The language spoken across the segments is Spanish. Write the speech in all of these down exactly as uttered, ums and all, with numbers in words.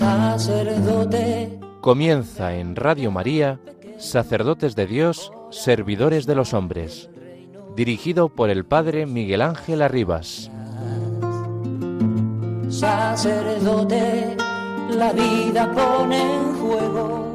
sacerdote. Comienza en Radio María, Sacerdotes de Dios, Servidores de los Hombres, dirigido por el Padre Miguel Ángel Arribas. Sacerdote, la vida pone en juego.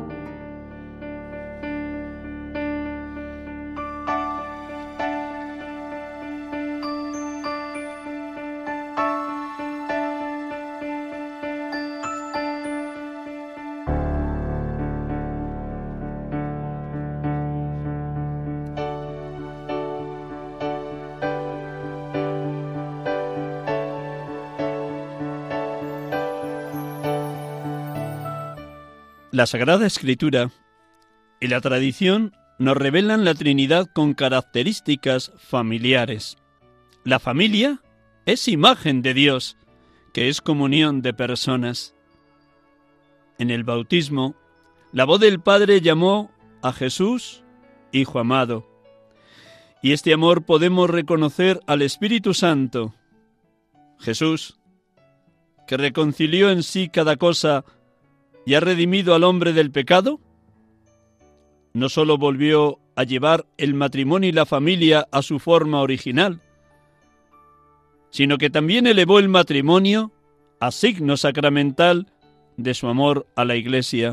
La Sagrada Escritura y la tradición nos revelan la Trinidad con características familiares. La familia es imagen de Dios, que es comunión de personas. En el bautismo, la voz del Padre llamó a Jesús Hijo amado. Y este amor podemos reconocer al Espíritu Santo. Jesús, que reconcilió en sí cada cosa y ha redimido al hombre del pecado, no sólo volvió a llevar el matrimonio y la familia a su forma original, sino que también elevó el matrimonio a signo sacramental de su amor a la Iglesia.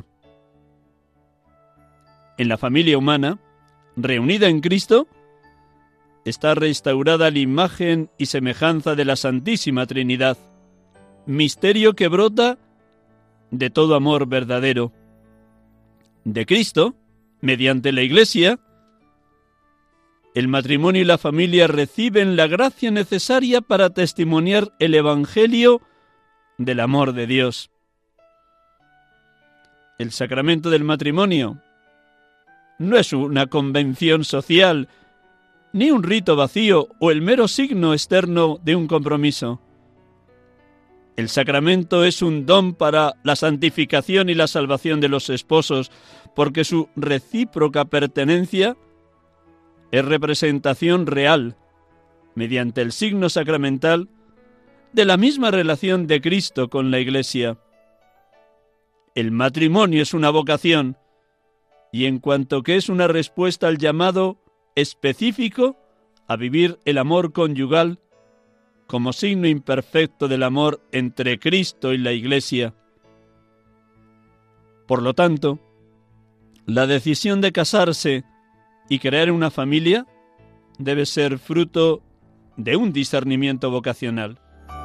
En la familia humana, reunida en Cristo, está restaurada la imagen y semejanza de la Santísima Trinidad, misterio que brota de todo amor verdadero. De Cristo, mediante la Iglesia, el matrimonio y la familia reciben la gracia necesaria para testimoniar el Evangelio del amor de Dios. El sacramento del matrimonio no es una convención social, ni un rito vacío o el mero signo externo de un compromiso. El sacramento es un don para la santificación y la salvación de los esposos, porque su recíproca pertenencia es representación real, mediante el signo sacramental, de la misma relación de Cristo con la Iglesia. El matrimonio es una vocación, y en cuanto que es una respuesta al llamado específico a vivir el amor conyugal, como signo imperfecto del amor entre Cristo y la Iglesia. Por lo tanto, la decisión de casarse y crear una familia debe ser fruto de un discernimiento vocacional.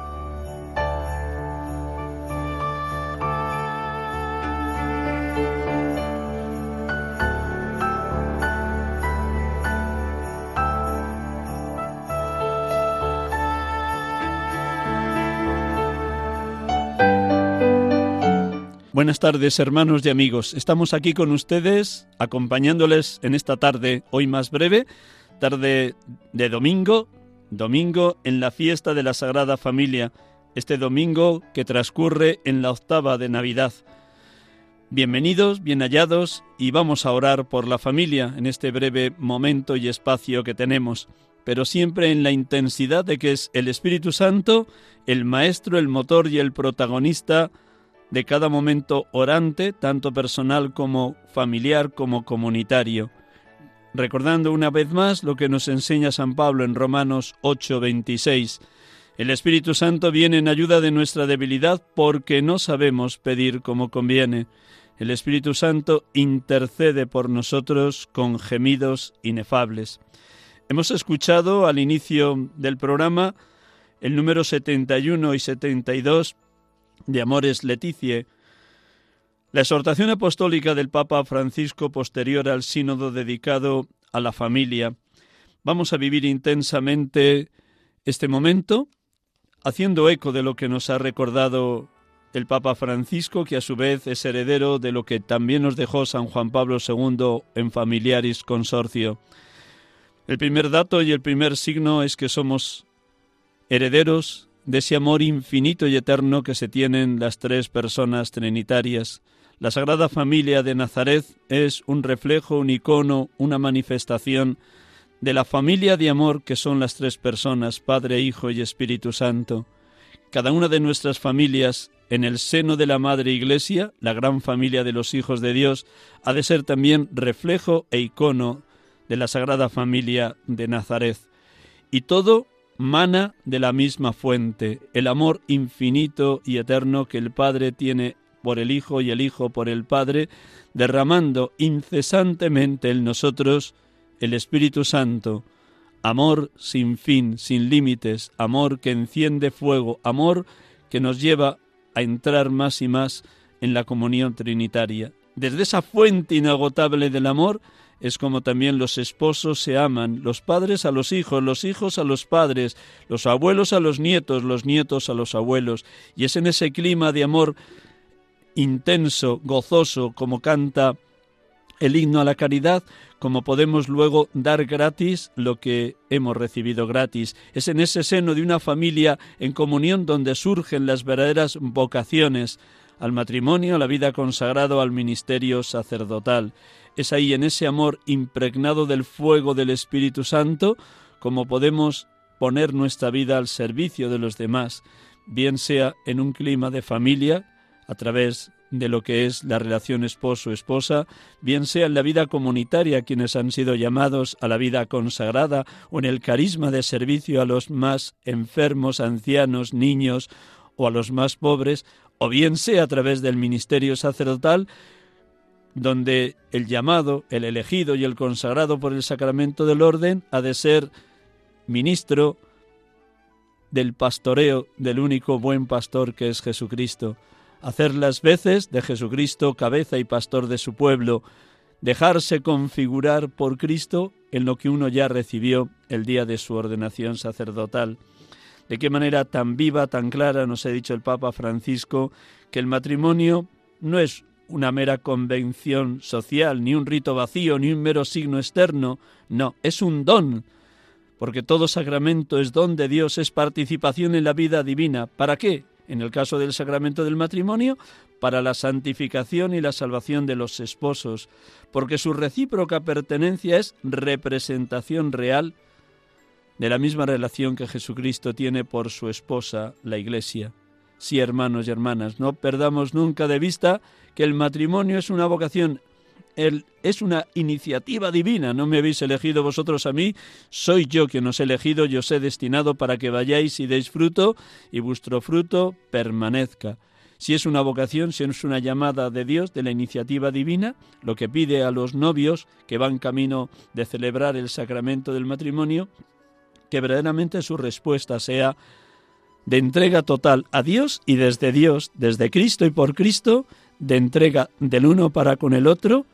Buenas tardes, hermanos y amigos. Estamos aquí con ustedes, acompañándoles en esta tarde, hoy más breve, tarde de domingo, domingo en la fiesta de la Sagrada Familia, este domingo que transcurre en la octava de Navidad. Bienvenidos, bien hallados, y vamos a orar por la familia en este breve momento y espacio que tenemos, pero siempre en la intensidad de que es el Espíritu Santo, el Maestro, el motor y el protagonista de cada momento orante, tanto personal como familiar como comunitario. Recordando una vez más lo que nos enseña San Pablo en Romanos ocho veintiséis. El Espíritu Santo viene en ayuda de nuestra debilidad porque no sabemos pedir como conviene. El Espíritu Santo intercede por nosotros con gemidos inefables. Hemos escuchado al inicio del programa el número setenta y uno y setenta y dos de Amoris Laetitia, la exhortación apostólica del Papa Francisco posterior al sínodo dedicado a la familia. Vamos a vivir intensamente este momento, haciendo eco de lo que nos ha recordado el Papa Francisco, que a su vez es heredero de lo que también nos dejó San Juan Pablo segundo en Familiaris Consortio. El primer dato y el primer signo es que somos herederos de ese amor infinito y eterno que se tienen las tres personas trinitarias. La Sagrada Familia de Nazaret es un reflejo, un icono, una manifestación de la familia de amor que son las tres personas, Padre, Hijo y Espíritu Santo. Cada una de nuestras familias en el seno de la Madre Iglesia, la gran familia de los hijos de Dios, ha de ser también reflejo e icono de la Sagrada Familia de Nazaret. Y todo mana de la misma fuente, el amor infinito y eterno que el Padre tiene por el Hijo y el Hijo por el Padre, derramando incesantemente en nosotros el Espíritu Santo, amor sin fin, sin límites, amor que enciende fuego, amor que nos lleva a entrar más y más en la comunión trinitaria. Desde esa fuente inagotable del amor es como también los esposos se aman, los padres a los hijos, los hijos a los padres, los abuelos a los nietos, los nietos a los abuelos. Y es en ese clima de amor intenso, gozoso, como canta el himno a la caridad, como podemos luego dar gratis lo que hemos recibido gratis. Es en ese seno de una familia en comunión donde surgen las verdaderas vocaciones al matrimonio, a la vida consagrada, al ministerio sacerdotal. Es ahí, en ese amor impregnado del fuego del Espíritu Santo, como podemos poner nuestra vida al servicio de los demás, bien sea en un clima de familia, a través de lo que es la relación esposo-esposa, bien sea en la vida comunitaria, quienes han sido llamados a la vida consagrada, o en el carisma de servicio a los más enfermos, ancianos, niños o a los más pobres, o bien sea a través del ministerio sacerdotal, donde el llamado, el elegido y el consagrado por el sacramento del orden ha de ser ministro del pastoreo del único buen pastor que es Jesucristo. Hacer las veces de Jesucristo cabeza y pastor de su pueblo, dejarse configurar por Cristo en lo que uno ya recibió el día de su ordenación sacerdotal. De qué manera tan viva, tan clara nos ha dicho el Papa Francisco que el matrimonio no es una mera convención social, ni un rito vacío, ni un mero signo externo, no, es un don, porque todo sacramento es don de Dios, es participación en la vida divina. ¿Para qué? En el caso del sacramento del matrimonio, para la santificación y la salvación de los esposos, porque su recíproca pertenencia es representación real de la misma relación que Jesucristo tiene por su esposa, la Iglesia. Sí, hermanos y hermanas, no perdamos nunca de vista que el matrimonio es una vocación, el, es una iniciativa divina. No me habéis elegido vosotros a mí, soy yo quien os he elegido y os he destinado para que vayáis y deis fruto y vuestro fruto permanezca. Si es una vocación, si es una llamada de Dios, de la iniciativa divina, lo que pide a los novios que van camino de celebrar el sacramento del matrimonio, que verdaderamente su respuesta sea de entrega total a Dios y desde Dios, desde Cristo y por Cristo, de entrega del uno para con el otro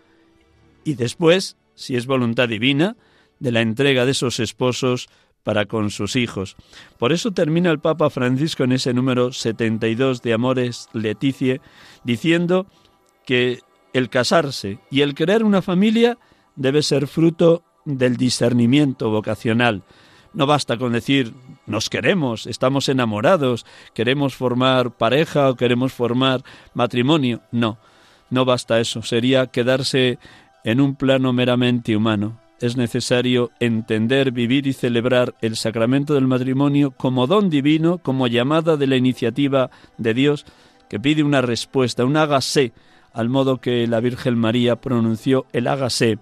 y después, si es voluntad divina, de la entrega de esos esposos para con sus hijos. Por eso termina el Papa Francisco en ese número setenta y dos de Amoris Laetitia diciendo que el casarse y el crear una familia debe ser fruto del discernimiento vocacional. No basta con decir, nos queremos, estamos enamorados, queremos formar pareja o queremos formar matrimonio. No, no basta eso, sería quedarse en un plano meramente humano. Es necesario entender, vivir y celebrar el sacramento del matrimonio como don divino, como llamada de la iniciativa de Dios, que pide una respuesta, un hágase, al modo que la Virgen María pronunció el hágase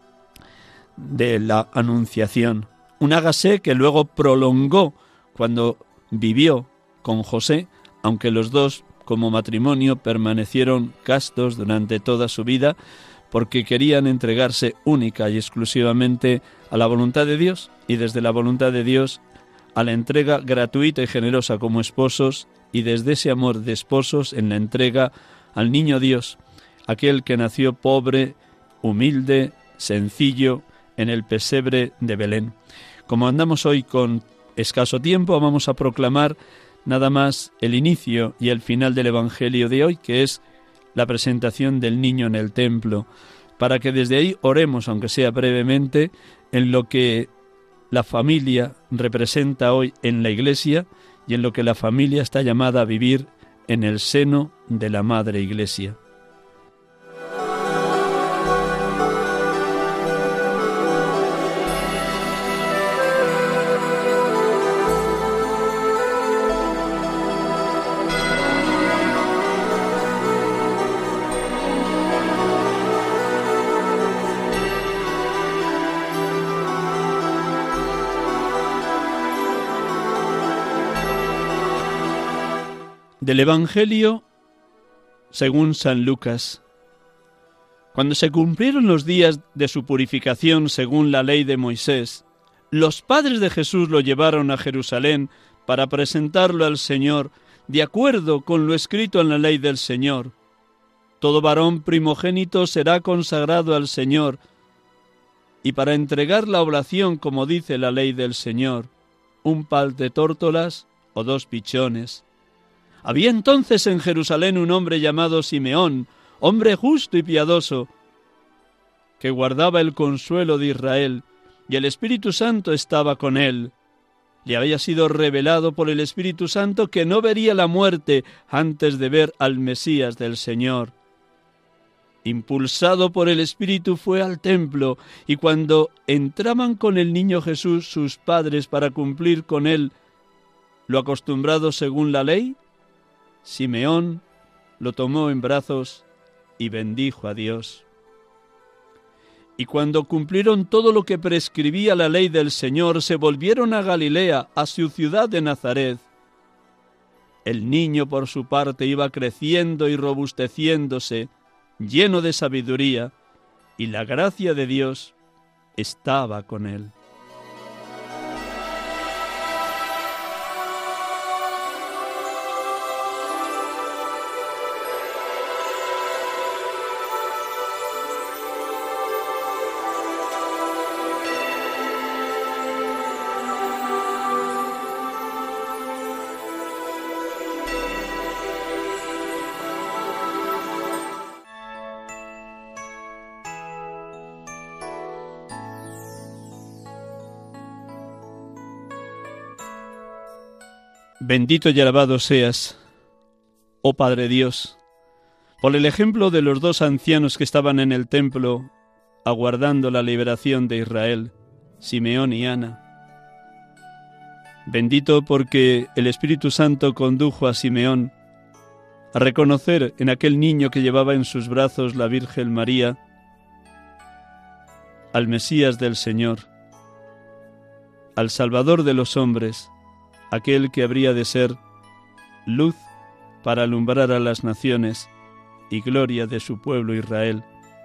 de la Anunciación. Un hágase que luego prolongó cuando vivió con José, aunque los dos como matrimonio permanecieron castos durante toda su vida, porque querían entregarse única y exclusivamente a la voluntad de Dios y desde la voluntad de Dios a la entrega gratuita y generosa como esposos y desde ese amor de esposos en la entrega al niño Dios, aquel que nació pobre, humilde, sencillo, en el pesebre de Belén. Como andamos hoy con escaso tiempo, vamos a proclamar nada más el inicio y el final del Evangelio de hoy, que es la presentación del niño en el templo, para que desde ahí oremos, aunque sea brevemente, en lo que la familia representa hoy en la Iglesia y en lo que la familia está llamada a vivir en el seno de la Madre Iglesia. Del Evangelio según San Lucas. Cuando se cumplieron los días de su purificación según la ley de Moisés, los padres de Jesús lo llevaron a Jerusalén para presentarlo al Señor, de acuerdo con lo escrito en la ley del Señor. Todo varón primogénito será consagrado al Señor, y para entregar la oblación, como dice la ley del Señor, un par de tórtolas o dos pichones. Había entonces en Jerusalén un hombre llamado Simeón, hombre justo y piadoso, que guardaba el consuelo de Israel, y el Espíritu Santo estaba con él. Le había sido revelado por el Espíritu Santo que no vería la muerte antes de ver al Mesías del Señor. Impulsado por el Espíritu fue al templo, y cuando entraban con el niño Jesús sus padres para cumplir con él lo acostumbrado según la ley, Simeón lo tomó en brazos y bendijo a Dios. Y cuando cumplieron todo lo que prescribía la ley del Señor, se volvieron a Galilea, a su ciudad de Nazaret. El niño, por su parte, iba creciendo y robusteciéndose, lleno de sabiduría, y la gracia de Dios estaba con él. Bendito y alabado seas, oh Padre Dios, por el ejemplo de los dos ancianos que estaban en el templo aguardando la liberación de Israel, Simeón y Ana. Bendito porque el Espíritu Santo condujo a Simeón a reconocer en aquel niño que llevaba en sus brazos la Virgen María al Mesías del Señor, al Salvador de los hombres, aquel que habría de ser luz para alumbrar a las naciones y gloria de su pueblo Israel.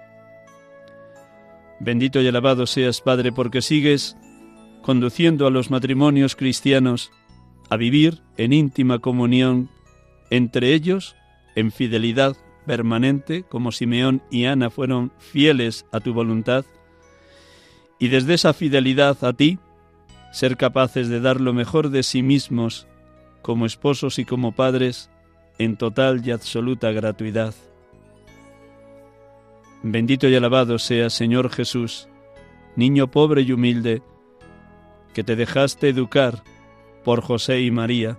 Bendito y alabado seas, Padre, porque sigues conduciendo a los matrimonios cristianos a vivir en íntima comunión entre ellos, en fidelidad permanente, como Simeón y Ana fueron fieles a tu voluntad, y desde esa fidelidad a ti, ser capaces de dar lo mejor de sí mismos como esposos y como padres en total y absoluta gratuidad. Bendito y alabado seas, Señor Jesús, niño pobre y humilde, que te dejaste educar por José y María,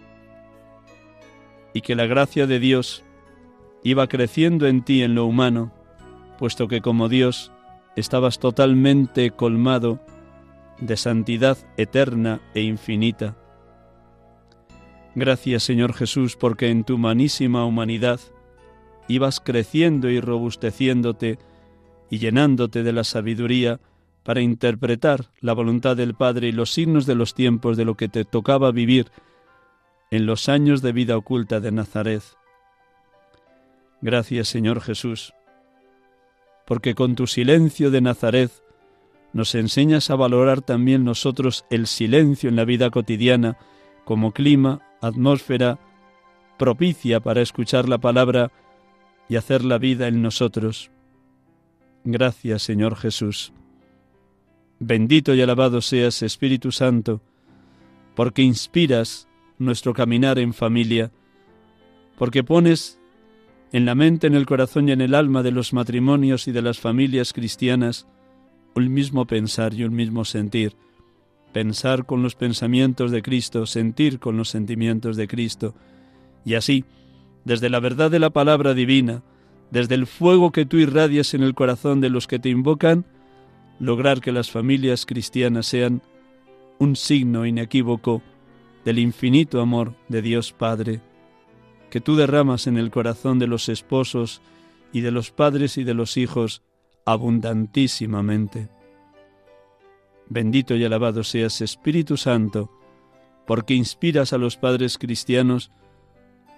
y que la gracia de Dios iba creciendo en ti en lo humano, puesto que como Dios estabas totalmente colmado de santidad eterna e infinita. Gracias, Señor Jesús, porque en tu humanísima humanidad ibas creciendo y robusteciéndote y llenándote de la sabiduría para interpretar la voluntad del Padre y los signos de los tiempos de lo que te tocaba vivir en los años de vida oculta de Nazaret. Gracias, Señor Jesús, porque con tu silencio de Nazaret nos enseñas a valorar también nosotros el silencio en la vida cotidiana como clima, atmósfera propicia para escuchar la palabra y hacer la vida en nosotros. Gracias, Señor Jesús. Bendito y alabado seas, Espíritu Santo, porque inspiras nuestro caminar en familia, porque pones en la mente, en el corazón y en el alma de los matrimonios y de las familias cristianas un mismo pensar y un mismo sentir, pensar con los pensamientos de Cristo, sentir con los sentimientos de Cristo, y así, desde la verdad de la palabra divina, desde el fuego que tú irradias en el corazón de los que te invocan, lograr que las familias cristianas sean un signo inequívoco del infinito amor de Dios Padre, que tú derramas en el corazón de los esposos y de los padres y de los hijos abundantísimamente. Bendito y alabado seas, Espíritu Santo, porque inspiras a los padres cristianos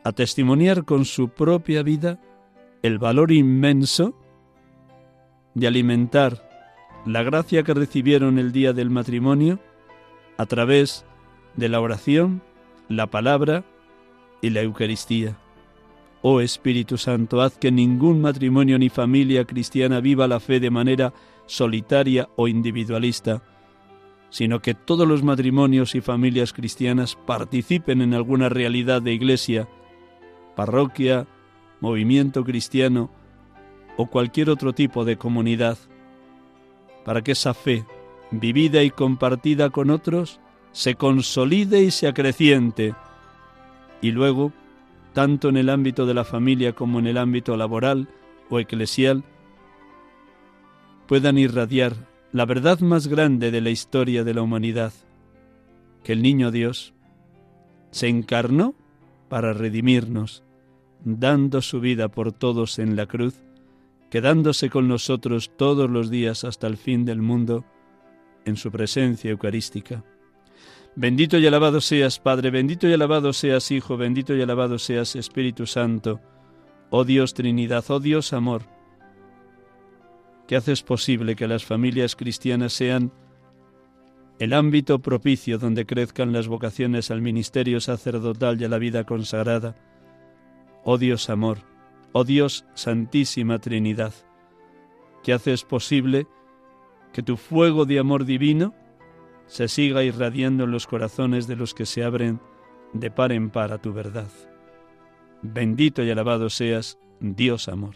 a testimoniar con su propia vida el valor inmenso de alimentar la gracia que recibieron el día del matrimonio a través de la oración, la palabra y la Eucaristía. Oh Espíritu Santo, haz que ningún matrimonio ni familia cristiana viva la fe de manera solitaria o individualista, sino que todos los matrimonios y familias cristianas participen en alguna realidad de iglesia, parroquia, movimiento cristiano o cualquier otro tipo de comunidad, para que esa fe, vivida y compartida con otros, se consolide y se acreciente, y luego, tanto en el ámbito de la familia como en el ámbito laboral o eclesial, puedan irradiar la verdad más grande de la historia de la humanidad, que el Niño Dios se encarnó para redimirnos, dando su vida por todos en la cruz, quedándose con nosotros todos los días hasta el fin del mundo, en su presencia eucarística. Bendito y alabado seas, Padre, bendito y alabado seas, Hijo, bendito y alabado seas, Espíritu Santo, oh Dios Trinidad, oh Dios Amor, que haces posible que las familias cristianas sean el ámbito propicio donde crezcan las vocaciones al ministerio sacerdotal y a la vida consagrada. Oh Dios Amor, oh Dios Santísima Trinidad, que haces posible que tu fuego de amor divino se siga irradiando en los corazones de los que se abren de par en par a tu verdad. Bendito y alabado seas, Dios Amor.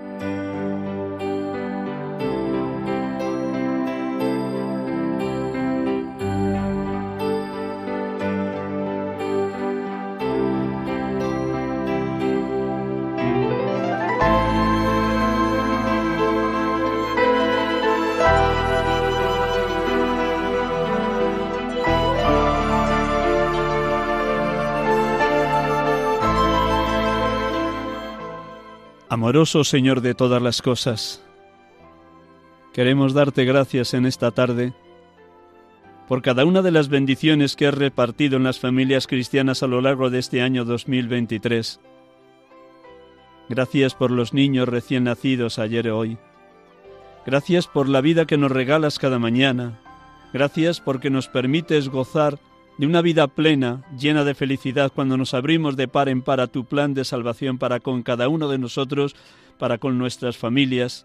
Amoroso Señor de todas las cosas, queremos darte gracias en esta tarde por cada una de las bendiciones que has repartido en las familias cristianas a lo largo de este año dos mil veintitrés. Gracias por los niños recién nacidos ayer y hoy. Gracias por la vida que nos regalas cada mañana. Gracias porque nos permites gozar de una vida plena, llena de felicidad, cuando nos abrimos de par en par a tu plan de salvación para con cada uno de nosotros, para con nuestras familias,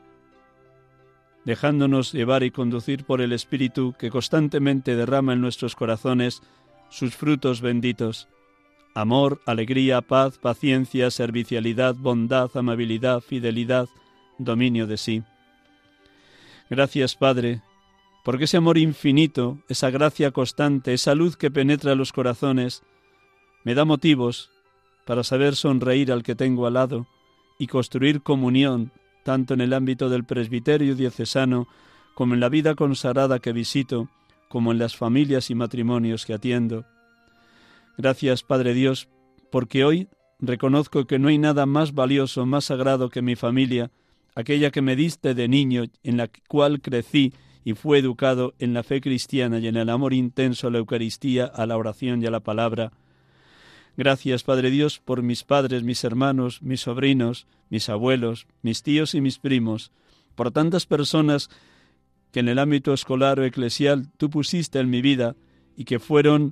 dejándonos llevar y conducir por el Espíritu que constantemente derrama en nuestros corazones sus frutos benditos: amor, alegría, paz, paciencia, servicialidad, bondad, amabilidad, fidelidad, dominio de sí. Gracias, Padre, porque ese amor infinito, esa gracia constante, esa luz que penetra los corazones, me da motivos para saber sonreír al que tengo al lado y construir comunión, tanto en el ámbito del presbiterio diocesano, como en la vida consagrada que visito, como en las familias y matrimonios que atiendo. Gracias, Padre Dios, porque hoy reconozco que no hay nada más valioso, más sagrado que mi familia, aquella que me diste de niño, en la cual crecí y fue educado en la fe cristiana y en el amor intenso a la Eucaristía, a la oración y a la palabra. Gracias, Padre Dios, por mis padres, mis hermanos, mis sobrinos, mis abuelos, mis tíos y mis primos, por tantas personas que en el ámbito escolar o eclesial tú pusiste en mi vida y que fueron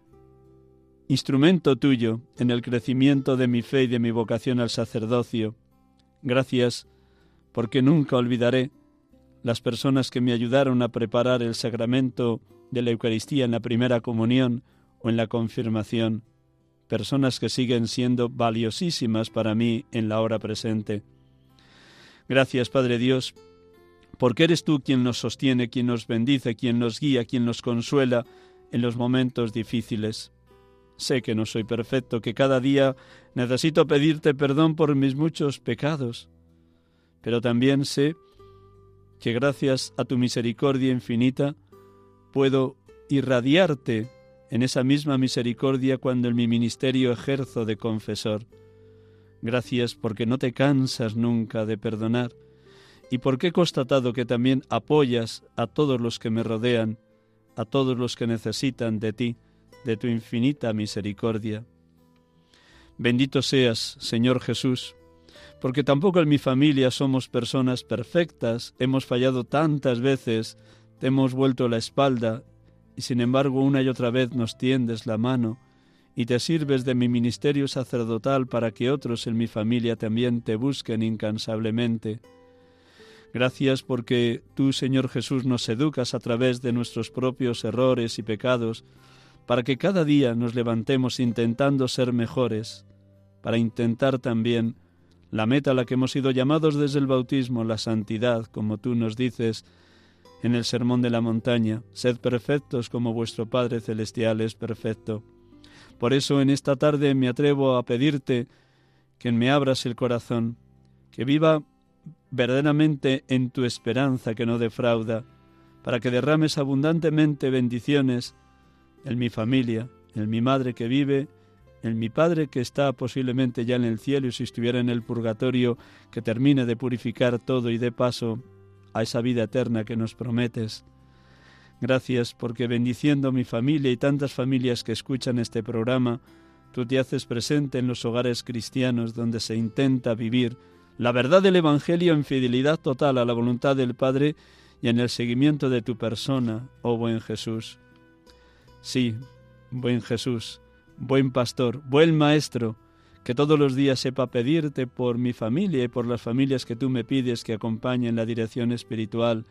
instrumento tuyo en el crecimiento de mi fe y de mi vocación al sacerdocio. Gracias, porque nunca olvidaré las personas que me ayudaron a preparar el sacramento de la Eucaristía en la primera comunión o en la confirmación, personas que siguen siendo valiosísimas para mí en la hora presente. Gracias, Padre Dios, porque eres tú quien nos sostiene, quien nos bendice, quien nos guía, quien nos consuela en los momentos difíciles. Sé que no soy perfecto, que cada día necesito pedirte perdón por mis muchos pecados, pero también sé que gracias a tu misericordia infinita puedo irradiarte en esa misma misericordia cuando en mi ministerio ejerzo de confesor. Gracias porque no te cansas nunca de perdonar y porque he constatado que también apoyas a todos los que me rodean, a todos los que necesitan de ti, de tu infinita misericordia. Bendito seas, Señor Jesús, porque tampoco en mi familia somos personas perfectas, hemos fallado tantas veces, te hemos vuelto la espalda, y sin embargo una y otra vez nos tiendes la mano, y te sirves de mi ministerio sacerdotal para que otros en mi familia también te busquen incansablemente. Gracias porque tú, Señor Jesús, nos educas a través de nuestros propios errores y pecados, para que cada día nos levantemos intentando ser mejores, para intentar también la meta a la que hemos sido llamados desde el bautismo, la santidad, como tú nos dices en el Sermón de la Montaña, sed perfectos como vuestro Padre Celestial es perfecto. Por eso en esta tarde me atrevo a pedirte que me abras el corazón, que viva verdaderamente en tu esperanza que no defrauda, para que derrames abundantemente bendiciones en mi familia, en mi madre que vive, en mi padre que está posiblemente ya en el cielo y si estuviera en el purgatorio, que termine de purificar todo y dé paso a esa vida eterna que nos prometes. Gracias porque bendiciendo mi familia y tantas familias que escuchan este programa, tú te haces presente en los hogares cristianos donde se intenta vivir la verdad del Evangelio en fidelidad total a la voluntad del Padre y en el seguimiento de tu persona, oh buen Jesús. Sí, buen Jesús, buen pastor, buen maestro, que todos los días sepa pedirte por mi familia y por las familias que tú me pides que acompañen la dirección espiritual.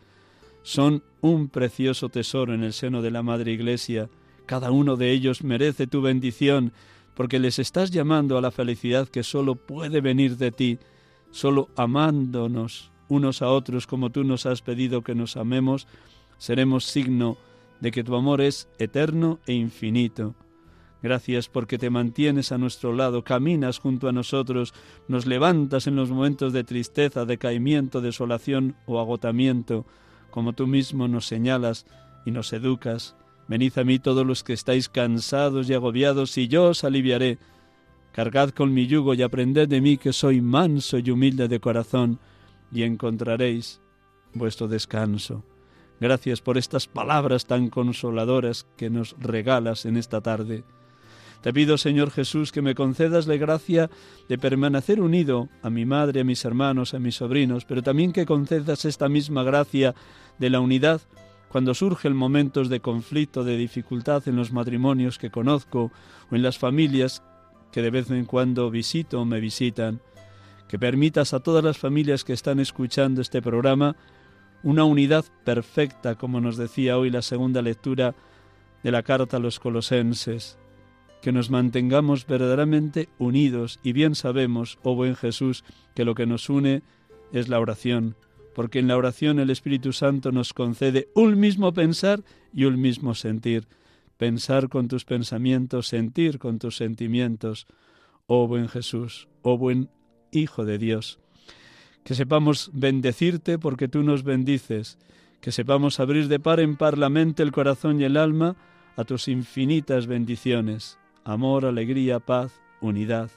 Son un precioso tesoro en el seno de la Madre Iglesia. Cada uno de ellos merece tu bendición, porque les estás llamando a la felicidad que solo puede venir de ti, solo amándonos unos a otros como tú nos has pedido que nos amemos, seremos signo de que tu amor es eterno e infinito. Gracias porque te mantienes a nuestro lado, caminas junto a nosotros, nos levantas en los momentos de tristeza, decaimiento, desolación o agotamiento, como tú mismo nos señalas y nos educas. Venid a mí todos los que estáis cansados y agobiados, y yo os aliviaré. Cargad con mi yugo y aprended de mí, que soy manso y humilde de corazón, y encontraréis vuestro descanso. Gracias por estas palabras tan consoladoras que nos regalas en esta tarde. Te pido, Señor Jesús, que me concedas la gracia de permanecer unido a mi madre, a mis hermanos, a mis sobrinos, pero también que concedas esta misma gracia de la unidad cuando surgen momentos de conflicto, de dificultad en los matrimonios que conozco o en las familias que de vez en cuando visito o me visitan. Que permitas a todas las familias que están escuchando este programa una unidad perfecta, como nos decía hoy la segunda lectura de la carta a los Colosenses. Que nos mantengamos verdaderamente unidos, y bien sabemos, oh buen Jesús, que lo que nos une es la oración, porque en la oración el Espíritu Santo nos concede un mismo pensar y un mismo sentir. Pensar con tus pensamientos, sentir con tus sentimientos, oh buen Jesús, oh buen Hijo de Dios. Que sepamos bendecirte porque tú nos bendices, que sepamos abrir de par en par la mente, el corazón y el alma a tus infinitas bendiciones. Amor, alegría, paz, unidad.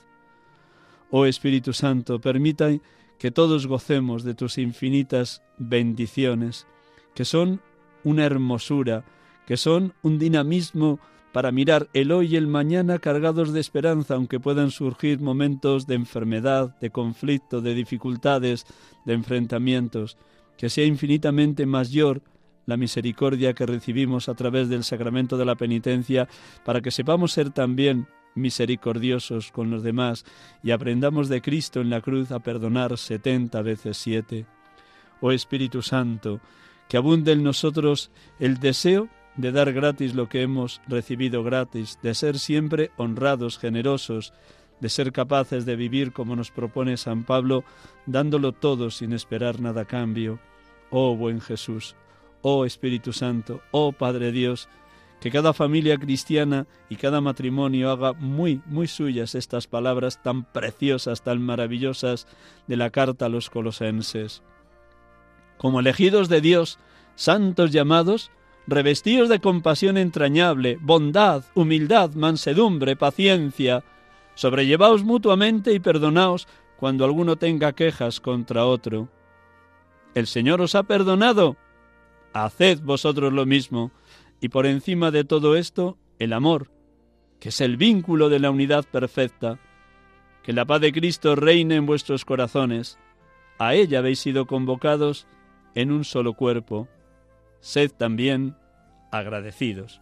Oh Espíritu Santo, permita que todos gocemos de tus infinitas bendiciones, que son una hermosura, que son un dinamismo para mirar el hoy y el mañana cargados de esperanza, aunque puedan surgir momentos de enfermedad, de conflicto, de dificultades, de enfrentamientos. Que sea infinitamente mayor la misericordia que recibimos a través del sacramento de la penitencia, para que sepamos ser también misericordiosos con los demás y aprendamos de Cristo en la cruz a perdonar setenta veces siete. Oh Espíritu Santo, que abunde en nosotros el deseo de dar gratis lo que hemos recibido gratis, de ser siempre honrados, generosos, de ser capaces de vivir como nos propone San Pablo, dándolo todo sin esperar nada a cambio. Oh buen Jesús, oh Espíritu Santo, oh Padre Dios, que cada familia cristiana y cada matrimonio haga muy, muy suyas estas palabras tan preciosas, tan maravillosas de la carta a los Colosenses. Como elegidos de Dios, santos llamados, revestidos de compasión entrañable, bondad, humildad, mansedumbre, paciencia, sobrellevaos mutuamente y perdonaos cuando alguno tenga quejas contra otro. ¿El Señor os ha perdonado? Haced vosotros lo mismo. Y por encima de todo esto, el amor, que es el vínculo de la unidad perfecta. Que la paz de Cristo reine en vuestros corazones. A ella habéis sido convocados en un solo cuerpo. Sed también agradecidos.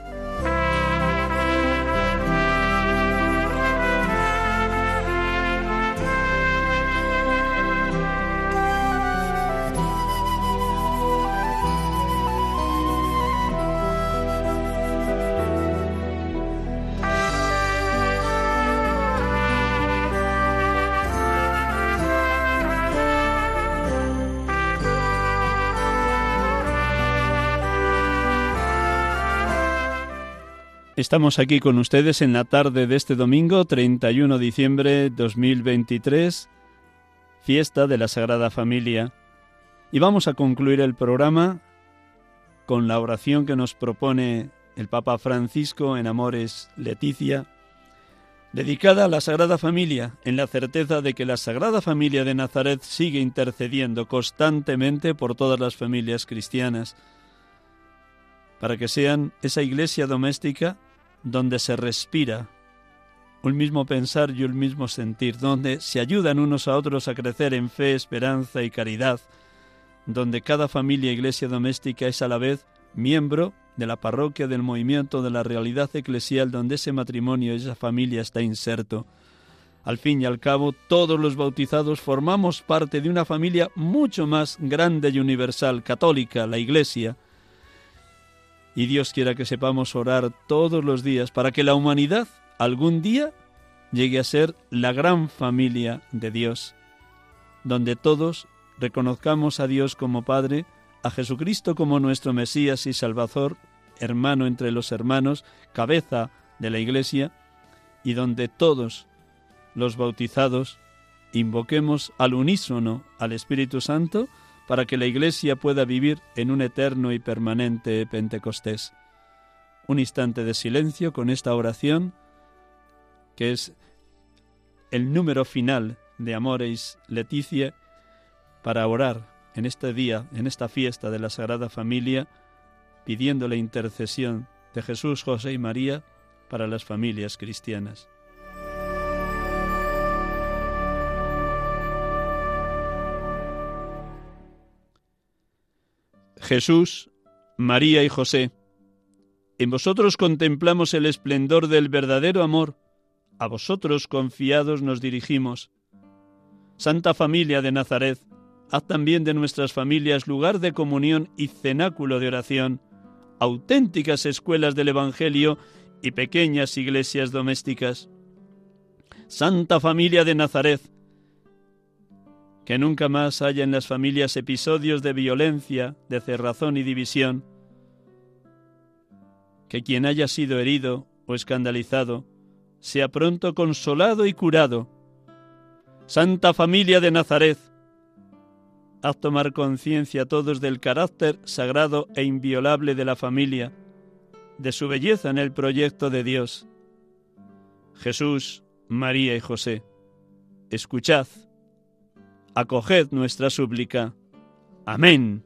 Estamos aquí con ustedes en la tarde de este domingo, treinta y uno de diciembre de dos mil veintitrés, fiesta de la Sagrada Familia. Y vamos a concluir el programa con la oración que nos propone el Papa Francisco en Amoris Laetitia, dedicada a la Sagrada Familia, en la certeza de que la Sagrada Familia de Nazaret sigue intercediendo constantemente por todas las familias cristianas, para que sean esa iglesia doméstica donde se respira un mismo pensar y un mismo sentir, donde se ayudan unos a otros a crecer en fe, esperanza y caridad, donde cada familia e iglesia doméstica es a la vez miembro de la parroquia, del movimiento, de la realidad eclesial donde ese matrimonio, esa familia está inserto. Al fin y al cabo, todos los bautizados formamos parte de una familia mucho más grande y universal, católica, la Iglesia. Y Dios quiera que sepamos orar todos los días para que la humanidad algún día llegue a ser la gran familia de Dios, donde todos reconozcamos a Dios como Padre, a Jesucristo como nuestro Mesías y Salvador, hermano entre los hermanos, cabeza de la Iglesia, y donde todos los bautizados invoquemos al unísono al Espíritu Santo para que la Iglesia pueda vivir en un eterno y permanente Pentecostés. Un instante de silencio con esta oración, que es el número final de Amoris Laetitia, para orar en este día, en esta fiesta de la Sagrada Familia, pidiendo la intercesión de Jesús, José y María para las familias cristianas. Jesús, María y José, en vosotros contemplamos el esplendor del verdadero amor, a vosotros confiados nos dirigimos. Santa Familia de Nazaret, haz también de nuestras familias lugar de comunión y cenáculo de oración, auténticas escuelas del Evangelio y pequeñas iglesias domésticas. Santa Familia de Nazaret, que nunca más haya en las familias episodios de violencia, de cerrazón y división. Que quien haya sido herido o escandalizado sea pronto consolado y curado. Santa Familia de Nazaret, haz tomar conciencia a todos del carácter sagrado e inviolable de la familia, de su belleza en el proyecto de Dios. Jesús, María y José, escuchad, acoged nuestra súplica. Amén.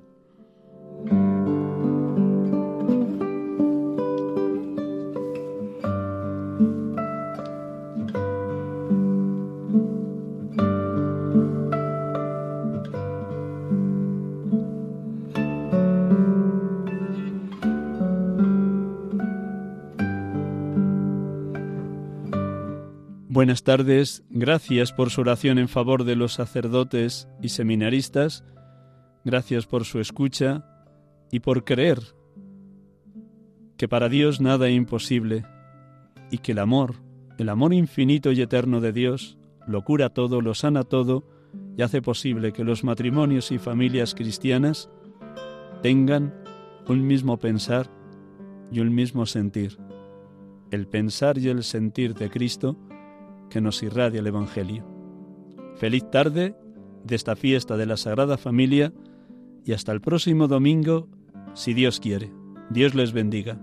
Buenas tardes, gracias por su oración en favor de los sacerdotes y seminaristas, gracias por su escucha y por creer que para Dios nada es imposible y que el amor, el amor infinito y eterno de Dios, lo cura todo, lo sana todo y hace posible que los matrimonios y familias cristianas tengan un mismo pensar y un mismo sentir, el pensar y el sentir de Cristo que nos irradia el Evangelio. Feliz tarde de esta fiesta de la Sagrada Familia y hasta el próximo domingo, si Dios quiere. Dios les bendiga.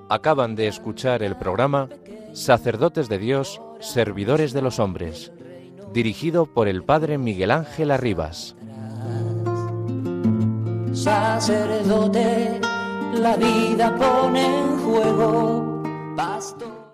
Acaban de escuchar el programa Sacerdotes de Dios, Servidores de los Hombres, dirigido por el Padre Miguel Ángel Arribas. Sacerdote, la vida pone en juego, pastor.